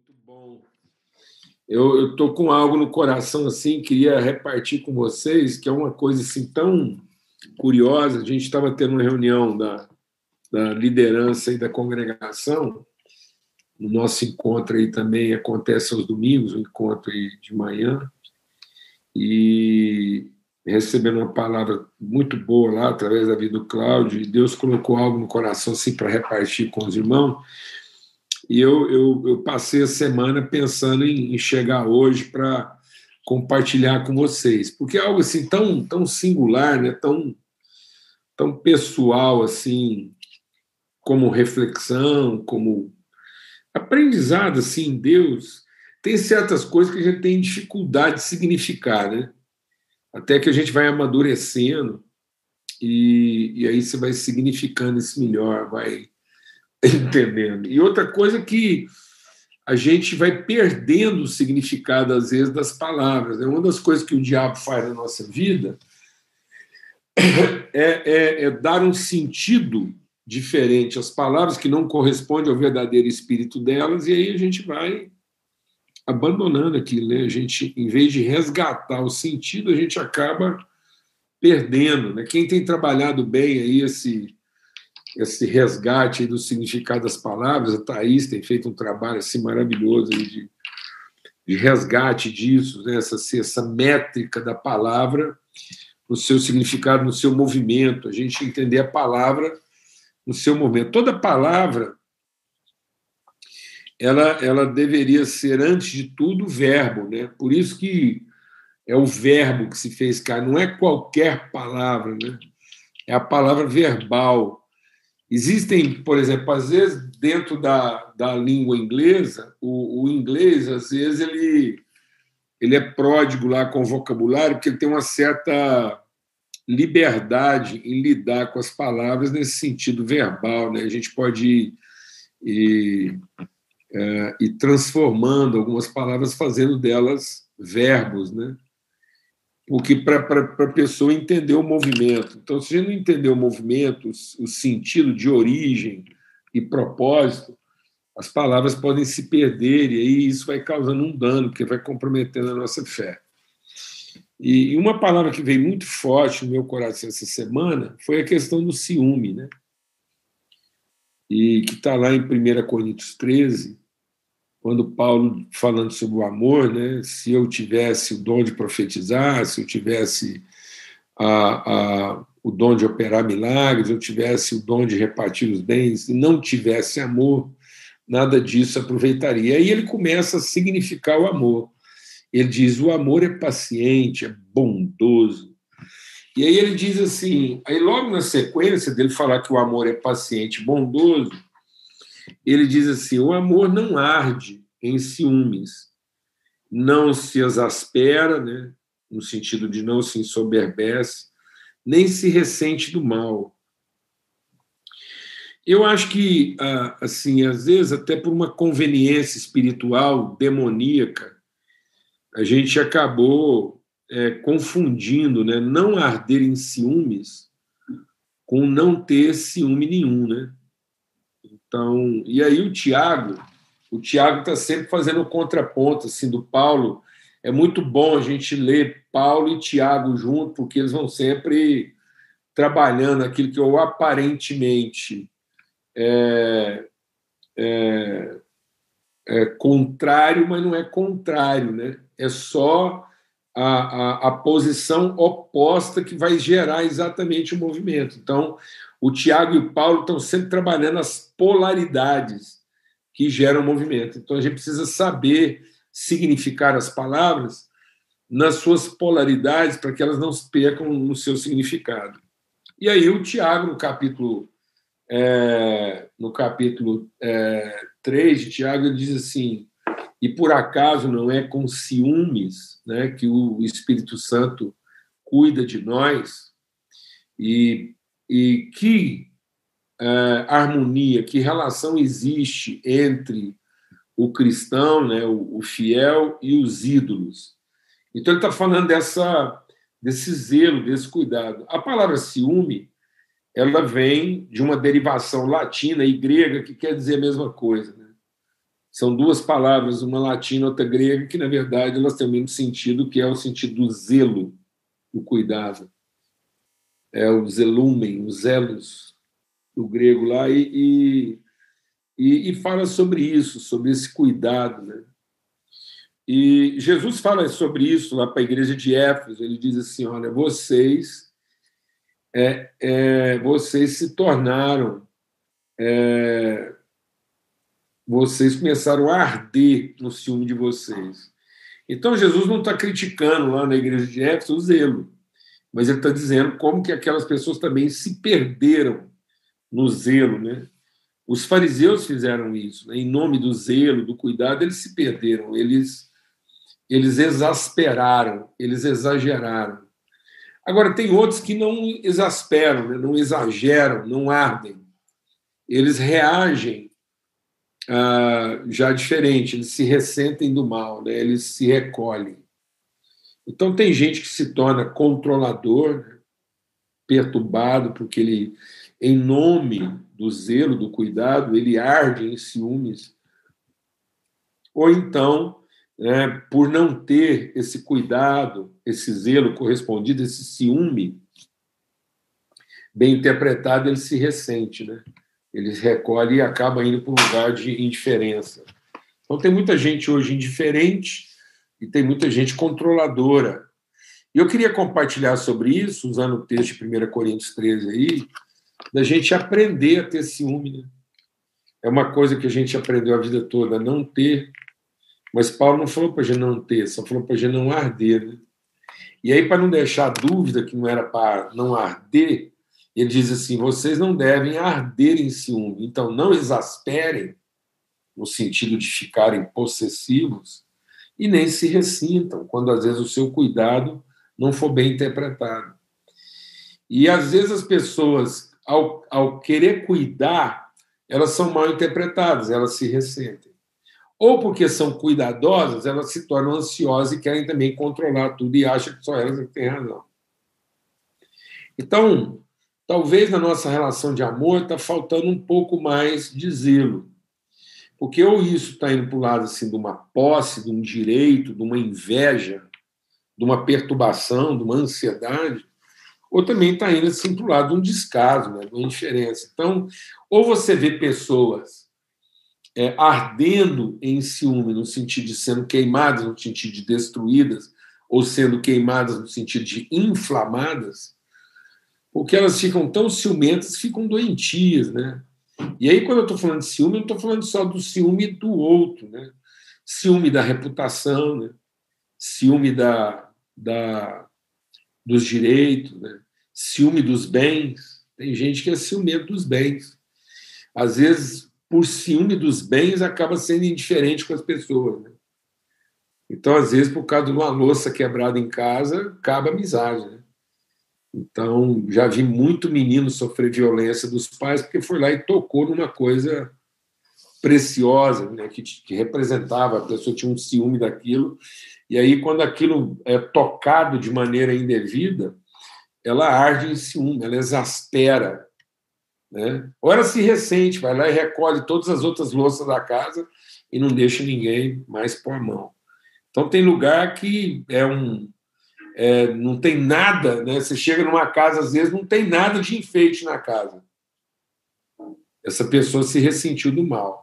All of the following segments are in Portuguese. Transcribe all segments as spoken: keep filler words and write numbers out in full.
Bom, eu estou com algo no coração assim, queria repartir com vocês, que é uma coisa assim tão curiosa. A gente estava tendo uma reunião da, da liderança e da congregação. O nosso encontro aí também acontece aos domingos, um encontro aí de manhã, e recebendo uma palavra muito boa lá, através da vida do Cláudio, e Deus colocou algo no coração assim para repartir com os irmãos. E eu, eu, eu passei a semana pensando em, em chegar hoje para compartilhar com vocês, porque é algo assim tão, tão singular, né? tão, tão pessoal, assim, como reflexão, como aprendizado assim, em Deus. Tem certas coisas que a gente tem dificuldade de significar, né? Até que a gente vai amadurecendo e, e aí você vai significando isso melhor, vai entendendo. E outra coisa que a gente vai perdendo o significado, às vezes, das palavras. É uma das coisas que o diabo faz na nossa vida é, é, é dar um sentido diferente às palavras que não corresponde ao verdadeiro espírito delas, e aí a gente vai abandonando aquilo, né? A gente, em vez de resgatar o sentido, a gente acaba perdendo, né? Quem tem trabalhado bem aí esse esse resgate aí do significado das palavras, a Thaís tem feito um trabalho assim maravilhoso aí de, de resgate disso, né? essa, essa métrica da palavra no seu significado, no seu movimento, a gente entender a palavra no seu momento. Toda palavra ela, ela deveria ser, antes de tudo, verbo, né? Por isso que é o verbo que se fez carne, não é qualquer palavra, né? É a palavra verbal. Existem, por exemplo, às vezes, dentro da, da língua inglesa, o, o inglês, às vezes, ele, ele é pródigo lá com o vocabulário, porque ele tem uma certa liberdade em lidar com as palavras nesse sentido verbal, né? A gente pode ir, ir, é, ir transformando algumas palavras, fazendo delas verbos, né? Porque para a pessoa entender o movimento. Então, se a gente não entender o movimento, o sentido de origem e propósito, as palavras podem se perder e aí isso vai causando um dano, porque vai comprometendo a nossa fé. E uma palavra que veio muito forte no meu coração essa semana foi a questão do ciúme, né? E que está lá em primeira Coríntios treze, quando Paulo, falando sobre o amor, né, se eu tivesse o dom de profetizar, se eu tivesse a, a, o dom de operar milagres, se eu tivesse o dom de repartir os bens, e não tivesse amor, nada disso aproveitaria. E aí ele começa a significar o amor. Ele diz, o amor é paciente, é bondoso. E aí ele diz assim, aí logo na sequência dele falar que o amor é paciente, bondoso, ele diz assim, o amor não arde em ciúmes, não se exaspera, né, no sentido de não se ensoberbece, nem se ressente do mal. Eu acho que, assim, às vezes, até por uma conveniência espiritual demoníaca, a gente acabou é, confundindo, né, não arder em ciúmes com não ter ciúme nenhum, né? Então, e aí o Tiago, o Tiago está sempre fazendo o contraponto assim, do Paulo. É muito bom a gente ler Paulo e Tiago junto, porque eles vão sempre trabalhando aquilo que eu aparentemente é, é, é contrário, mas não é contrário, né? É só a, a, a posição oposta que vai gerar exatamente o movimento. Então, o Tiago e o Paulo estão sempre trabalhando as polaridades que geram o movimento. Então, a gente precisa saber significar as palavras nas suas polaridades para que elas não se percam no seu significado. E aí o Tiago, no capítulo, é, no capítulo é, três de Tiago, ele diz assim, e por acaso não é com ciúmes, né, que o Espírito Santo cuida de nós, e, e que Uh, harmonia, que relação existe entre o cristão, né, o, o fiel e os ídolos. Então, ele está falando dessa, desse zelo, desse cuidado. A palavra ciúme, ela vem de uma derivação latina e grega que quer dizer a mesma coisa, né? São duas palavras, uma latina e outra grega, que, na verdade, elas têm o mesmo sentido, que é o sentido do zelo, do cuidado. É o zelumen, os zelos do grego lá, e, e, e fala sobre isso, sobre esse cuidado, né? E Jesus fala sobre isso lá para a igreja de Éfeso. Ele diz assim: olha, vocês, é, é, vocês se tornaram, é, vocês começaram a arder no ciúme de vocês. Então Jesus não está criticando lá na igreja de Éfeso o zelo, mas ele está dizendo como que aquelas pessoas também se perderam no zelo, né? Os fariseus fizeram isso, né? Em nome do zelo, do cuidado, eles se perderam, eles eles exasperaram, eles exageraram. Agora, tem outros que não exasperam, né? Não exageram, não ardem. Eles reagem ah, já diferente, eles se ressentem do mal, né? Eles se recolhem. Então, tem gente que se torna controlador, né? Perturbado, porque ele, em nome do zelo, do cuidado, ele arde em ciúmes. Ou então, né, por não ter esse cuidado, esse zelo correspondido, esse ciúme bem interpretado, ele se ressente, né? Ele recolhe e acaba indo para um lugar de indiferença. Então, tem muita gente hoje indiferente e tem muita gente controladora. E eu queria compartilhar sobre isso, usando o texto de primeira Coríntios treze aí, da gente aprender a ter ciúme, né? É uma coisa que a gente aprendeu a vida toda, a não ter. Mas Paulo não falou para a gente não ter, só falou para a gente não arder, né? E aí, para não deixar dúvida que não era para não arder, ele diz assim: vocês não devem arder em ciúme. Então, não exasperem, no sentido de ficarem possessivos, e nem se ressintam, quando às vezes o seu cuidado não for bem interpretado. E às vezes as pessoas, ao, ao querer cuidar, elas são mal interpretadas, elas se ressentem. Ou porque são cuidadosas, elas se tornam ansiosas e querem também controlar tudo e acham que só elas é que têm razão. Então, talvez na nossa relação de amor está faltando um pouco mais de zelo. Porque ou isso está indo para o lado assim, de uma posse, de um direito, de uma inveja, de uma perturbação, de uma ansiedade, ou também está indo assim, para o lado de um descaso, né, de uma indiferença. Então, ou você vê pessoas É, ardendo em ciúme, no sentido de sendo queimadas, no sentido de destruídas, ou sendo queimadas no sentido de inflamadas, porque elas ficam tão ciumentas, ficam doentias, né? E aí, quando eu estou falando de ciúme, eu não estou falando só do ciúme do outro, né? Ciúme da reputação, né? Ciúme da, da, dos direitos, né? Ciúme dos bens. Tem gente que é ciumento dos bens. Às vezes, por ciúme dos bens, acaba sendo indiferente com as pessoas, né? Então, às vezes, por causa de uma louça quebrada em casa, acaba a amizade, né? Então, já vi muito menino sofrer violência dos pais porque foi lá e tocou numa coisa preciosa, né? que, que representava, a pessoa tinha um ciúme daquilo, e aí, quando aquilo é tocado de maneira indevida, ela arde em ciúme, ela exaspera, né? Ou ela se ressente, vai lá e recolhe todas as outras louças da casa e não deixa ninguém mais pôr a mão. Então, tem lugar que é um, é, não tem nada, né? Você chega numa casa, às vezes, não tem nada de enfeite na casa. Essa pessoa se ressentiu do mal.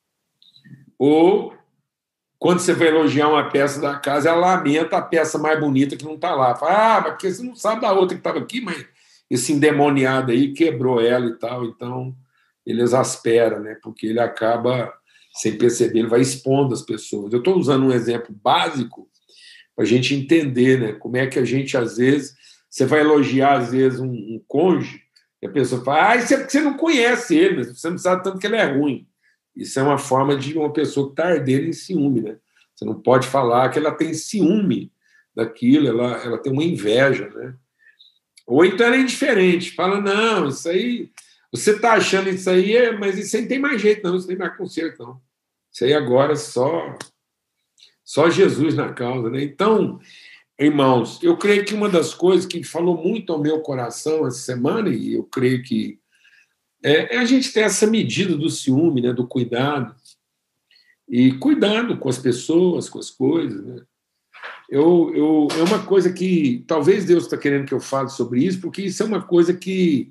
Ou, quando você vai elogiar uma peça da casa, ela lamenta a peça mais bonita que não está lá. Fala, ah, mas porque você não sabe da outra que estava aqui, mas esse endemoniado aí quebrou ela e tal, então ele exaspera, né? Porque ele acaba, sem perceber, ele vai expondo as pessoas. Eu estou usando um exemplo básico para a gente entender, né? Como é que a gente, às vezes, você vai elogiar, às vezes, um, um cônjuge, e a pessoa fala, ah, isso é porque você não conhece ele, você não sabe tanto que ele é ruim. Isso é uma forma de uma pessoa que está ardendo em ciúme, né? Você não pode falar que ela tem ciúme daquilo, ela, ela tem uma inveja, né? Ou então ela é indiferente, fala, não, isso aí, você está achando isso aí, mas isso aí não tem mais jeito, não, isso não tem mais conserto, não. Isso aí agora só, só Jesus na causa, né? Então, irmãos, eu creio que uma das coisas que falou muito ao meu coração essa semana, e eu creio que é, é a gente ter essa medida do ciúme, né, do cuidado. e cuidado com as pessoas, com as coisas, né? Eu, eu, é uma coisa que talvez Deus está querendo que eu fale sobre isso, porque isso é uma coisa que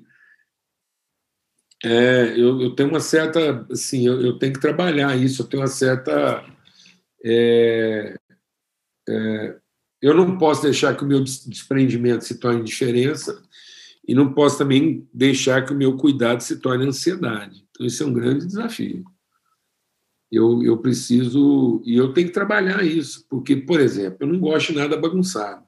é, eu, eu tenho uma certa, assim, eu, eu tenho que trabalhar isso, eu tenho uma certa, é, é, eu não posso deixar que o meu desprendimento se torne indiferença e não posso também deixar que o meu cuidado se torne ansiedade. Então isso é um grande desafio. Eu, eu preciso, e eu tenho que trabalhar isso, porque, por exemplo, eu não gosto de nada bagunçado,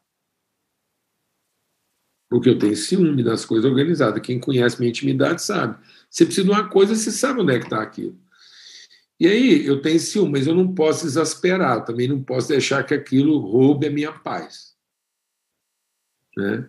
porque eu tenho ciúme das coisas organizadas. Quem conhece minha intimidade sabe. Você precisa de uma coisa, você sabe onde é que está aquilo. E aí, eu tenho ciúme, mas eu não posso exasperar, também não posso deixar que aquilo roube a minha paz, né?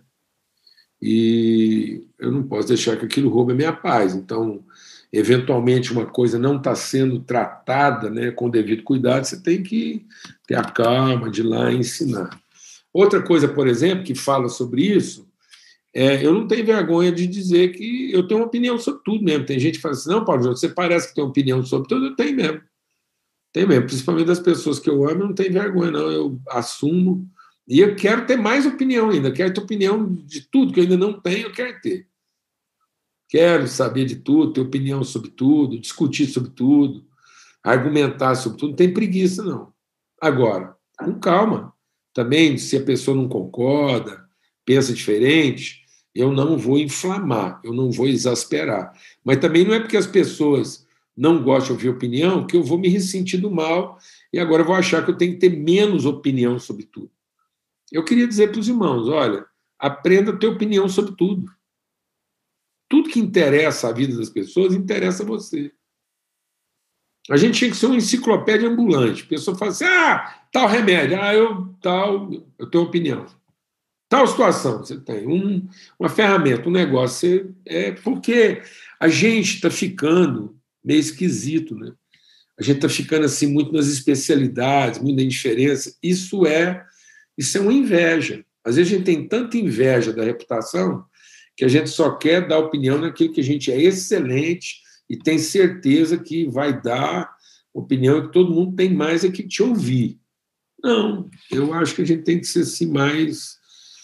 E eu não posso deixar que aquilo roube a minha paz. Então, eventualmente, uma coisa não está sendo tratada, né, com o devido cuidado, você tem que ter a calma de ir lá e ensinar. Outra coisa, por exemplo, que fala sobre isso, é, eu não tenho vergonha de dizer que eu tenho uma opinião sobre tudo mesmo. Tem gente que fala assim, não, Paulo, você parece que tem uma opinião sobre tudo. Eu tenho mesmo. Tenho mesmo. Principalmente das pessoas que eu amo, eu não tenho vergonha, não. Eu assumo. E eu quero ter mais opinião ainda. Quero ter opinião de tudo que eu ainda não tenho, eu quero ter. Quero saber de tudo, ter opinião sobre tudo, discutir sobre tudo, argumentar sobre tudo. Não tem preguiça, não. Agora, com calma. Também, se a pessoa não concorda, pensa diferente, eu não vou inflamar, eu não vou exasperar. Mas também não é porque as pessoas não gostam de ouvir opinião que eu vou me ressentir do mal e agora eu vou achar que eu tenho que ter menos opinião sobre tudo. Eu queria dizer para os irmãos, olha, aprenda a ter opinião sobre tudo. Tudo que interessa a vida das pessoas interessa a você. A gente tinha que ser uma enciclopédia ambulante. A pessoa fala assim, ah, tal remédio, ah, eu, tal, eu tenho opinião. Tal situação, você tem um, uma ferramenta, um negócio. Você, é porque a gente está ficando meio esquisito, né? A gente está ficando assim muito nas especialidades, muito na indiferença. Isso é, isso é uma inveja. Às vezes a gente tem tanta inveja da reputação que a gente só quer dar opinião naquilo que a gente é excelente e tem certeza que vai dar opinião que todo mundo tem mais é que te ouvir. Não, eu acho que a gente tem que ser assim mais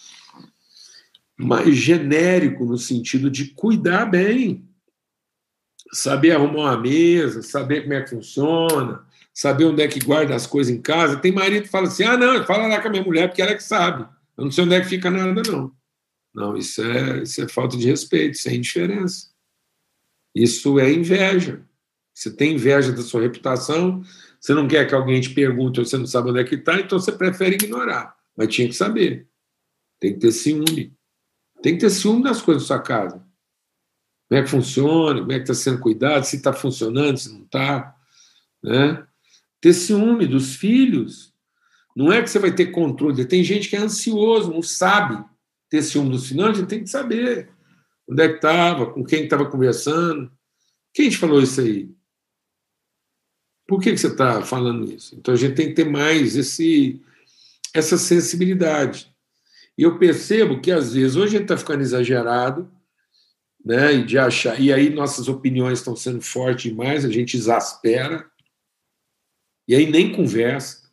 mais genérico no sentido de cuidar bem, saber arrumar uma mesa, saber como é que funciona, saber onde é que guarda as coisas em casa. Tem marido que fala assim, ah, não, fala lá com a minha mulher, porque ela é que sabe. Eu não sei onde é que fica nada, não. Não, isso é, isso é falta de respeito, isso é indiferença. Isso é inveja. Você tem inveja da sua reputação, você não quer que alguém te pergunte ou você não sabe onde é que está, então você prefere ignorar. Mas tinha que saber. Tem que ter ciúme. Tem que ter ciúme das coisas da sua casa. Como é que funciona, como é que está sendo cuidado, se está funcionando, se não está. Né? Ter ciúme dos filhos. Não é que você vai ter controle. Tem gente que é ansioso, não sabe ter ciúme dos filhos. Não, a gente tem que saber onde é que estava, com quem estava conversando. Quem te falou isso aí? Por que, que você está falando isso? Então a gente tem que ter mais esse, essa sensibilidade. E eu percebo que, às vezes, hoje a gente está ficando exagerado, né, e de achar, e aí nossas opiniões estão sendo fortes demais, a gente exaspera, e aí nem conversa.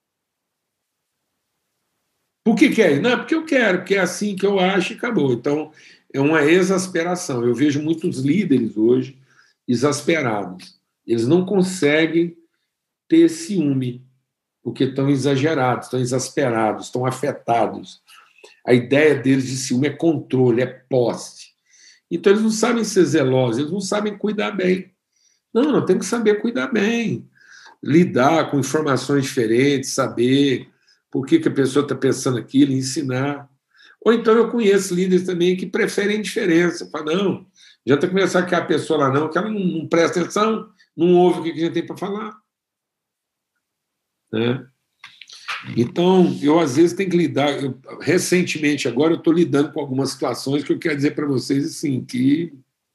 Por que quer? Não, porque eu quero, porque é assim que eu acho e acabou. Então, é uma exasperação. Eu vejo muitos líderes hoje exasperados. Eles não conseguem ter ciúme, porque estão exagerados, estão exasperados, estão afetados. A ideia deles de ciúme é controle, é posse. Então, eles não sabem ser zelosos, eles não sabem cuidar bem. Não, não tem que saber cuidar bem, lidar com informações diferentes, saber por que, que a pessoa está pensando aquilo, ensinar. Ou então eu conheço líderes também que preferem indiferença. Fala, não, não adianta conversar com a pessoa lá não, que ela não, não presta atenção, não ouve o que a gente tem para falar. Né? Então, eu às vezes tenho que lidar. Eu, recentemente, agora, eu estou lidando com algumas situações que eu quero dizer para vocês assim, que.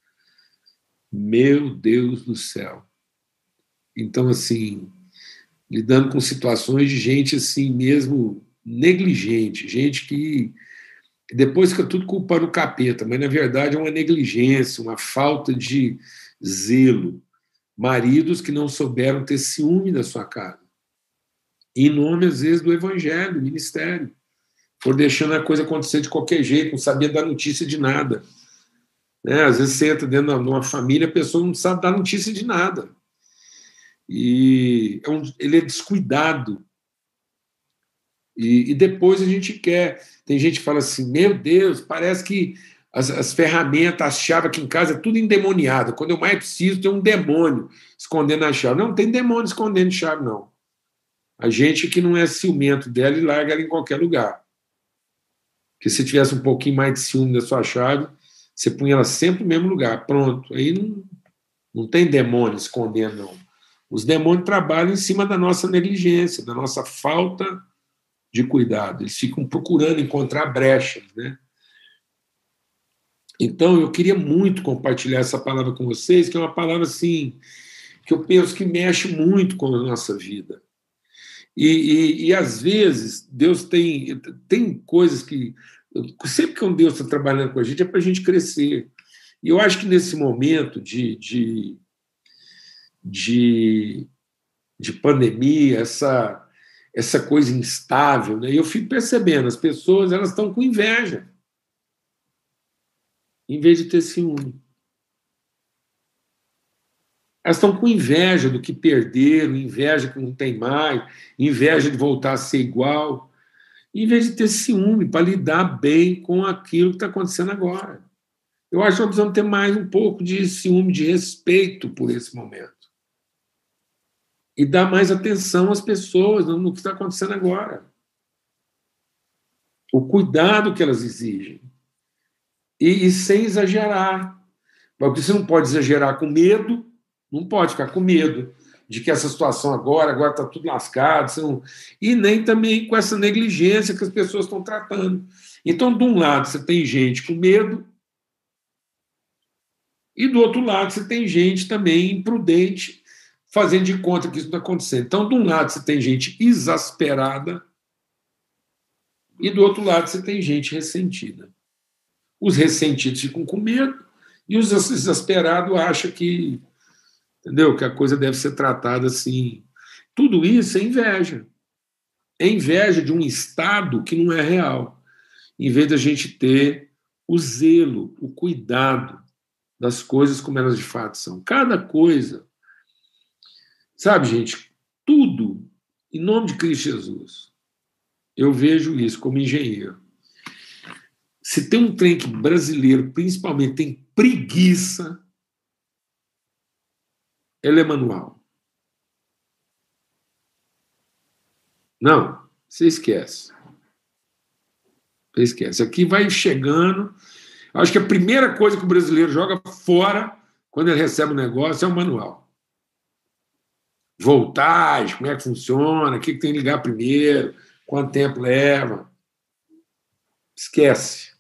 Meu Deus do céu. Então, assim, lidando com situações de gente assim mesmo negligente, gente que depois fica tudo culpando o capeta, mas na verdade é uma negligência, uma falta de zelo, maridos que não souberam ter ciúme da sua casa, em nome, às vezes, do evangelho, do ministério, por deixando a coisa acontecer de qualquer jeito, não sabia dar notícia de nada. Né? Às vezes você entra dentro de uma família, a pessoa não sabe dar notícia de nada. E é um, ele é descuidado. E, e depois a gente quer. Tem gente que fala assim, meu Deus, parece que as, as ferramentas, as chaves aqui em casa, é tudo endemoniado. Quando eu mais preciso, tem um demônio escondendo a chave. Não, não tem demônio escondendo chave, não. A gente que não é ciumento dela e larga ela em qualquer lugar. Porque se tivesse um pouquinho mais de ciúme da sua chave, você punha ela sempre no mesmo lugar. Pronto. Aí não, não tem demônio escondendo, não. Os demônios trabalham em cima da nossa negligência, da nossa falta de cuidado. Eles ficam procurando encontrar brechas, né? Então, eu queria muito compartilhar essa palavra com vocês, que é uma palavra, assim, que eu penso que mexe muito com a nossa vida. E, e, e às vezes, Deus tem, tem coisas que... Sempre que um Deus está trabalhando com a gente, é para a gente crescer. E eu acho que nesse momento de, de, de, de pandemia, essa, essa coisa instável, né? Eu fico percebendo, as pessoas elas estão com inveja, em vez de ter ciúme. Elas estão com inveja do que perderam, inveja que não tem mais, inveja de voltar a ser igual, em vez de ter ciúme para lidar bem com aquilo que está acontecendo agora. Eu acho que nós precisamos ter mais um pouco de ciúme, de respeito por esse momento. E dar mais atenção às pessoas no que está acontecendo agora. O cuidado que elas exigem. E, e sem exagerar. Porque você não pode exagerar com medo, não pode ficar com medo de que essa situação agora, agora está tudo lascado, você não... e nem também com essa negligência que as pessoas estão tratando. Então, de um lado, você tem gente com medo, e do outro lado, você tem gente também imprudente, fazendo de conta que isso não está acontecendo. Então, de um lado, você tem gente exasperada, e do outro lado, você tem gente ressentida. Os ressentidos ficam com medo, e os exasperados acham que, entendeu? Que a coisa deve ser tratada assim. Tudo isso é inveja. É inveja de um estado que não é real. Em vez da gente ter o zelo, o cuidado das coisas como elas de fato são. Cada coisa, sabe, gente, tudo, em nome de Cristo Jesus, eu vejo isso como engenheiro. Se tem um trem que brasileiro, principalmente, tem preguiça, ele é manual. Não, você esquece. Você esquece. Aqui vai chegando. Acho que a primeira coisa que o brasileiro joga fora quando ele recebe um negócio é o manual. Voltagem, como é que funciona, o que tem que ligar primeiro, quanto tempo leva. Esquece.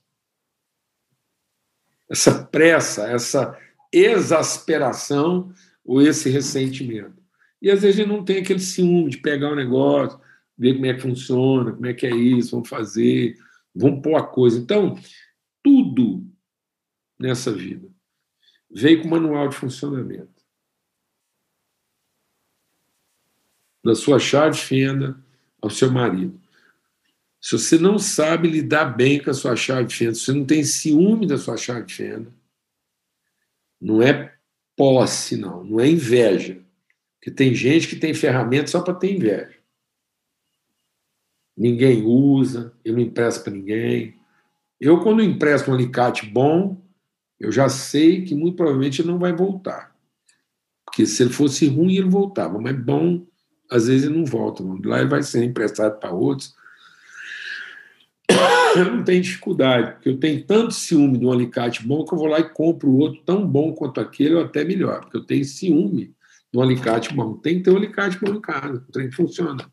Essa pressa, essa exasperação ou esse ressentimento. E às vezes a gente não tem aquele ciúme de pegar o negócio, ver como é que funciona, como é que é isso, vamos fazer, vamos pôr a coisa. Então, tudo nessa vida veio com manual de funcionamento. Da sua chave de fenda ao seu marido. Se você não sabe lidar bem com a sua chave de fenda, se você não tem ciúme da sua chave de fenda, não é posse, não, não é inveja. Porque tem gente que tem ferramenta só para ter inveja. Ninguém usa, eu não empresto para ninguém. Eu, quando empresto um alicate bom, eu já sei que muito provavelmente ele não vai voltar. Porque se ele fosse ruim, ele voltava. Mas bom, às vezes ele não volta. Não. Lá ele vai ser emprestado para outros. Eu não tenho dificuldade, porque eu tenho tanto ciúme de um alicate bom que eu vou lá e compro outro tão bom quanto aquele, ou até melhor, porque eu tenho ciúme de um alicate bom. Tem que ter um alicate bom em casa, o trem funciona.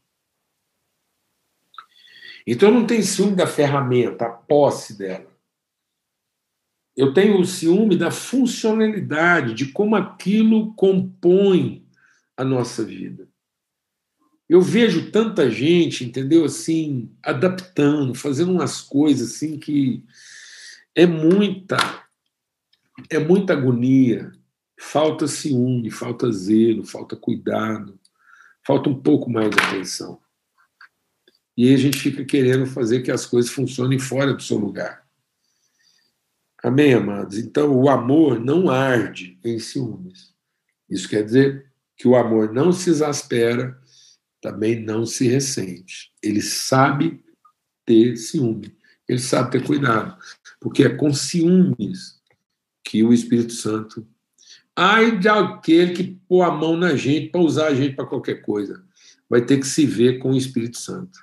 Então eu não tenho ciúme da ferramenta, a posse dela. Eu tenho o ciúme da funcionalidade, de como aquilo compõe a nossa vida. Eu vejo tanta gente, entendeu, assim, adaptando, fazendo umas coisas assim que é muita, é muita agonia, falta ciúme, falta zelo, falta cuidado, falta um pouco mais de atenção. E aí a gente fica querendo fazer que as coisas funcionem fora do seu lugar. Amém, amados? Então, o amor não arde em ciúmes. Isso quer dizer que o amor não se exaspera, também não se ressente. Ele sabe ter ciúme, ele sabe ter cuidado, porque é com ciúmes que o Espírito Santo... Ai de aquele que pôr a mão na gente para usar a gente para qualquer coisa. Vai ter que se ver com o Espírito Santo.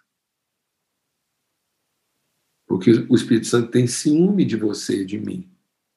Porque o Espírito Santo tem ciúme de você e de mim.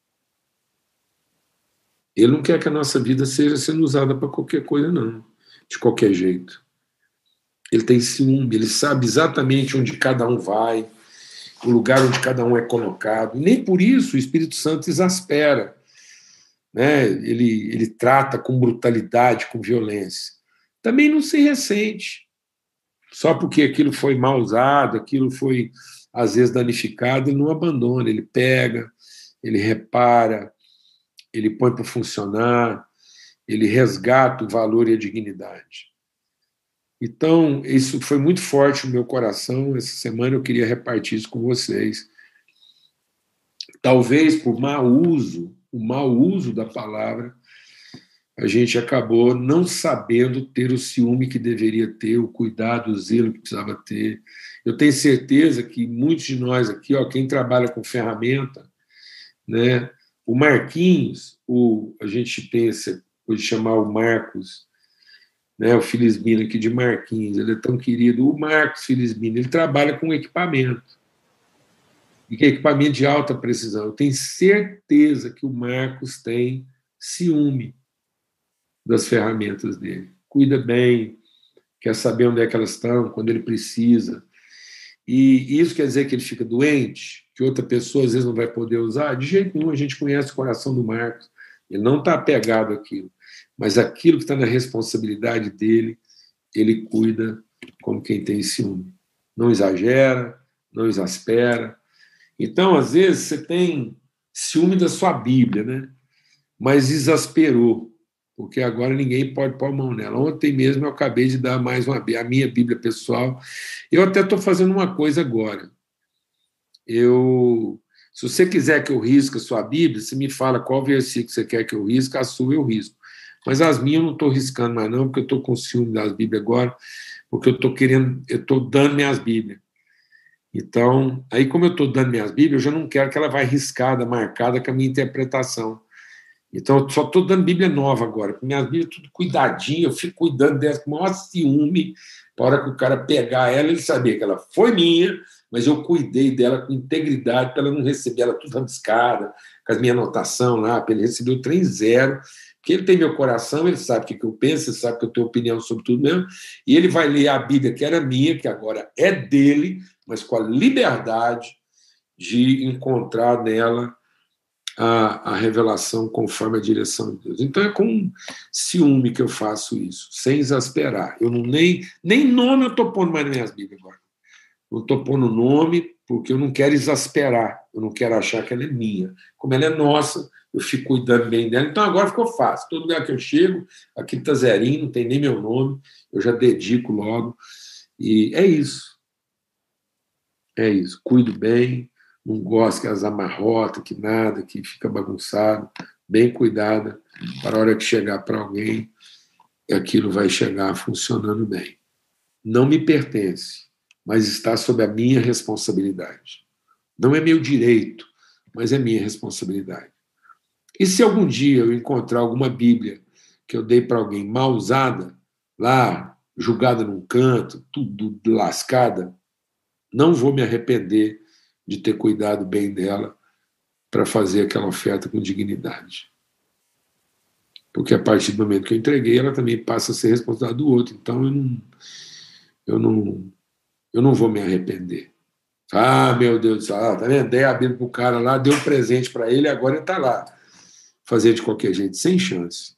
Ele não quer que a nossa vida seja sendo usada para qualquer coisa, não. De qualquer jeito. Ele tem ciúme, ele sabe exatamente onde cada um vai, o lugar onde cada um é colocado. E nem por isso o Espírito Santo exaspera. Né? Ele, ele trata com brutalidade, com violência. Também não se ressente. Só porque aquilo foi mal usado, aquilo foi, às vezes, danificado, ele não abandona, ele pega, ele repara, ele põe para funcionar, ele resgata o valor e a dignidade. Então, isso foi muito forte no meu coração. Essa semana eu queria repartir isso com vocês. Talvez por mau uso, o mau uso da palavra, a gente acabou não sabendo ter o ciúme que deveria ter, o cuidado, o zelo que precisava ter. Eu tenho certeza que muitos de nós aqui, ó, quem trabalha com ferramenta, né, o Marquinhos, o, a gente pensa, pode chamar o Marcos, né, o Filisbino aqui de Marquinhos, ele é tão querido, o Marcos Filisbino, ele trabalha com equipamento, e que é equipamento de alta precisão. Eu tenho certeza que o Marcos tem ciúme das ferramentas dele. Cuida bem, quer saber onde é que elas estão, quando ele precisa. E isso quer dizer que ele fica doente, que outra pessoa às vezes não vai poder usar? De jeito nenhum, a gente conhece o coração do Marcos. Ele não está apegado àquilo. Mas aquilo que está na responsabilidade dele, ele cuida como quem tem ciúme. Não exagera, não exaspera. Então, às vezes, você tem ciúme da sua Bíblia, né? Mas exasperou, porque agora ninguém pode pôr a mão nela. Ontem mesmo eu acabei de dar mais uma a minha Bíblia pessoal. Eu até estou fazendo uma coisa agora. Eu, se você quiser que eu risque a sua Bíblia, você me fala qual versículo você quer que eu risque, a sua eu risco. Mas as minhas eu não estou riscando mais não, porque eu estou com ciúme das Bíblias agora, porque eu estou querendo, eu estou dando minhas Bíblias. Então, aí como eu estou dando minhas Bíblias, eu já não quero que ela vá riscada, marcada com a minha interpretação. Então, eu só estou dando Bíblia nova agora, porque minhas Bíblias tudo cuidadinho, eu fico cuidando delas com o maior ciúme, para a hora que o cara pegar ela, ele saber que ela foi minha, mas eu cuidei dela com integridade, para ela não receber ela tudo rabiscada, com as minhas anotações lá, para ele receber o trem zero, porque ele tem meu coração, ele sabe o que eu penso, ele sabe que eu tenho opinião sobre tudo mesmo, e ele vai ler a Bíblia que era minha, que agora é dele, mas com a liberdade de encontrar nela a, a revelação conforme a direção de Deus. Então é com ciúme que eu faço isso, sem exasperar. Eu não nem, nem nome eu estou pondo mais nas minhas Bíblias agora. Não estou pondo nome porque eu não quero exasperar, eu não quero achar que ela é minha. Como ela é nossa, eu fico cuidando bem dela. Então agora ficou fácil. Todo lugar que eu chego, aqui está zerinho, não tem nem meu nome, eu já dedico logo. E é isso. É isso. Cuido bem, não gosto que as amarrotas, que nada, que fica bagunçado. Bem cuidada, para a hora que chegar para alguém, aquilo vai chegar funcionando bem. Não me pertence, mas está sob a minha responsabilidade. Não é meu direito, mas é minha responsabilidade. E se algum dia eu encontrar alguma Bíblia que eu dei para alguém mal usada, lá, jogada num canto, tudo lascada, não vou me arrepender de ter cuidado bem dela para fazer aquela oferta com dignidade. Porque a partir do momento que eu entreguei, ela também passa a ser responsabilidade do outro. Então eu não, eu não, eu não vou me arrepender. Ah, meu Deus do céu, ah, tá vendo? Dei a Bíblia pro cara lá, dei um presente para ele, agora ele está lá. Fazer de qualquer jeito, sem chance.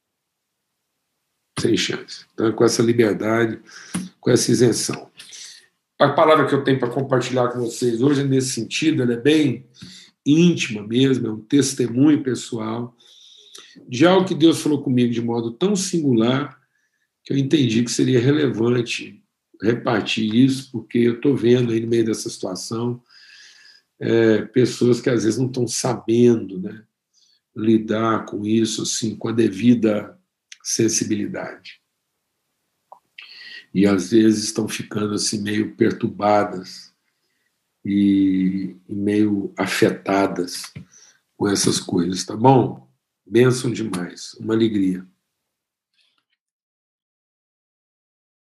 Sem chance. Então, com essa liberdade, com essa isenção. A palavra que eu tenho para compartilhar com vocês hoje, nesse sentido, ela é bem íntima mesmo, é um testemunho pessoal. de algo que Deus falou comigo de modo tão singular que eu entendi que seria relevante repartir isso, porque eu estou vendo aí no meio dessa situação é, pessoas que às vezes não estão sabendo, né, lidar com isso assim, com a devida sensibilidade. E às vezes estão ficando assim meio perturbadas e, e meio afetadas com essas coisas, tá bom? Bênção demais, uma alegria.